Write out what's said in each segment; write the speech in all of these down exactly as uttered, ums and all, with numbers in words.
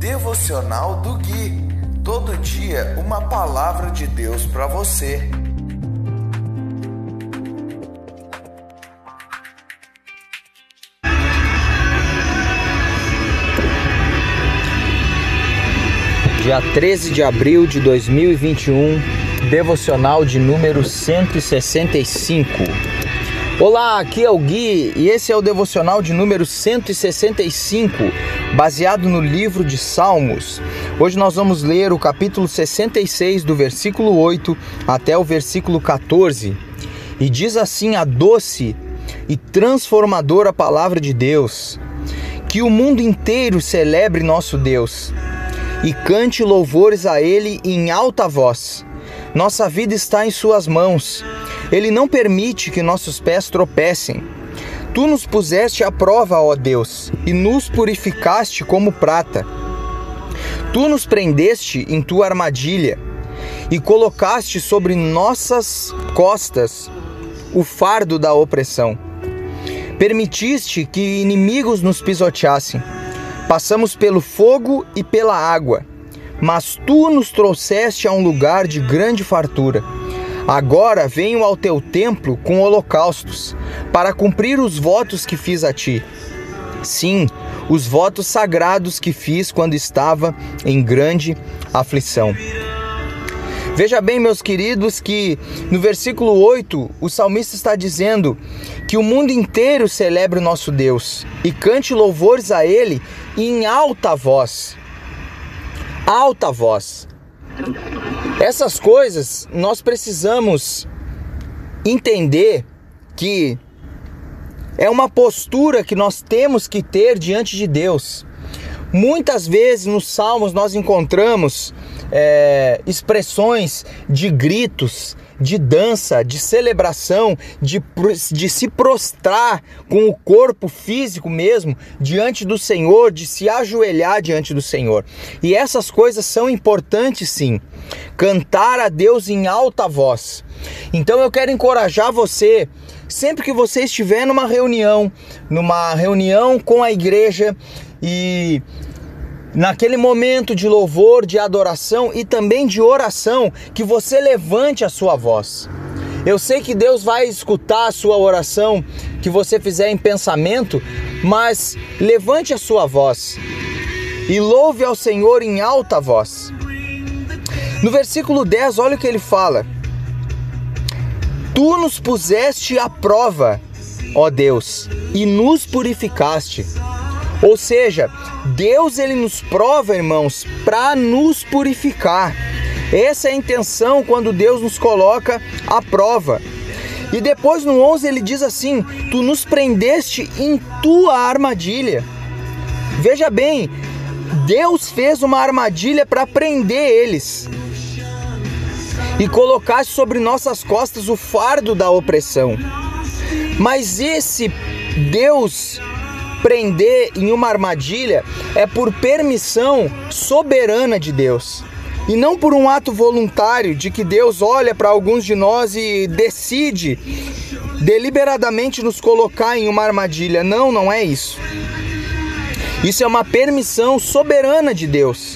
Devocional do Gui. Todo dia uma palavra de Deus para você. Dia treze de abril de dois mil e vinte e um, devocional de número cento e sessenta e cinco. Olá, aqui é o Gui e esse é o devocional de número cento e sessenta e cinco, baseado no livro de Salmos. Hoje nós vamos ler o capítulo sessenta e seis, do versículo oito até o versículo quatorze. E diz assim a doce e transformadora palavra de Deus: que o mundo inteiro celebre nosso Deus e cante louvores a Ele em alta voz. Nossa vida está em Suas mãos. Ele não permite que nossos pés tropecem. Tu nos puseste à prova, ó Deus, e nos purificaste como prata. Tu nos prendeste em Tua armadilha e colocaste sobre nossas costas o fardo da opressão. Permitiste que inimigos nos pisoteassem. Passamos pelo fogo e pela água, mas Tu nos trouxeste a um lugar de grande fartura. Agora venho ao Teu templo com holocaustos, para cumprir os votos que fiz a Ti. Sim, os votos sagrados que fiz quando estava em grande aflição. Veja bem, meus queridos, que no versículo oito, o salmista está dizendo que o mundo inteiro celebre o nosso Deus e cante louvores a Ele em alta voz. Alta voz. Essas coisas nós precisamos entender que é uma postura que nós temos que ter diante de Deus. Muitas vezes nos salmos nós encontramos é, expressões de gritos, de dança, de celebração, de, de se prostrar com o corpo físico mesmo diante do Senhor, de se ajoelhar diante do Senhor. E essas coisas são importantes, sim. Cantar a Deus em alta voz. Então eu quero encorajar você, sempre que você estiver numa reunião, numa reunião com a igreja, e naquele momento de louvor, de adoração e também de oração, que você levante a sua voz. Eu sei que Deus vai escutar a sua oração que você fizer em pensamento, mas levante a sua voz e louve ao Senhor em alta voz. No versículo dez, olha o que ele fala: Tu nos puseste à prova, ó Deus, e nos purificaste. Ou seja, Deus ele nos prova, irmãos, para nos purificar. Essa é a intenção quando Deus nos coloca à prova. E depois no onze ele diz assim: Tu nos prendeste em Tua armadilha. Veja bem, Deus fez uma armadilha para prender eles e colocar sobre nossas costas o fardo da opressão. Mas esse Deus prender em uma armadilha é por permissão soberana de Deus, e não por um ato voluntário de que Deus olha para alguns de nós e decide deliberadamente nos colocar em uma armadilha. Não, não é isso. Isso é uma permissão soberana de Deus.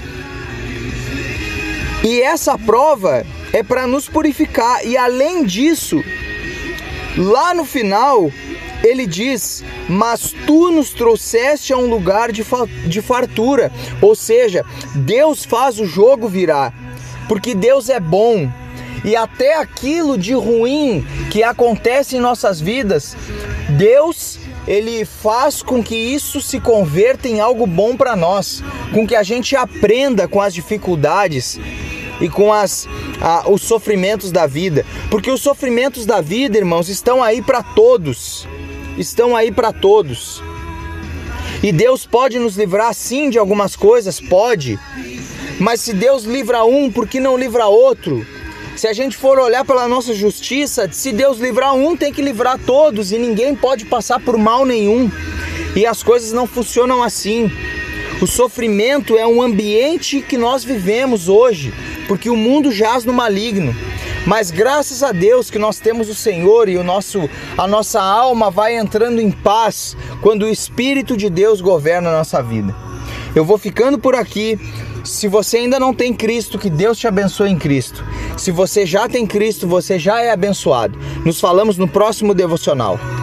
E essa prova é para nos purificar. E além disso, lá no final, ele diz: mas Tu nos trouxeste a um lugar de, fa- de fartura. Ou seja, Deus faz o jogo virar, porque Deus é bom. E até aquilo de ruim que acontece em nossas vidas, Deus, Ele faz com que isso se converta em algo bom para nós, com que a gente aprenda com as dificuldades e com as, a, os sofrimentos da vida. Porque os sofrimentos da vida, irmãos, estão aí para todos. Estão aí para todos. E Deus pode nos livrar sim de algumas coisas, pode. Mas se Deus livra um, por que não livra outro? Se a gente for olhar pela nossa justiça, se Deus livrar um, tem que livrar todos, e ninguém pode passar por mal nenhum. E as coisas não funcionam assim. O sofrimento é um ambiente que nós vivemos hoje, porque o mundo jaz no maligno. Mas graças a Deus que nós temos o Senhor, e o nosso, a nossa alma vai entrando em paz quando o Espírito de Deus governa a nossa vida. Eu vou ficando por aqui. Se você ainda não tem Cristo, que Deus te abençoe em Cristo. Se você já tem Cristo, você já é abençoado. Nos falamos no próximo devocional.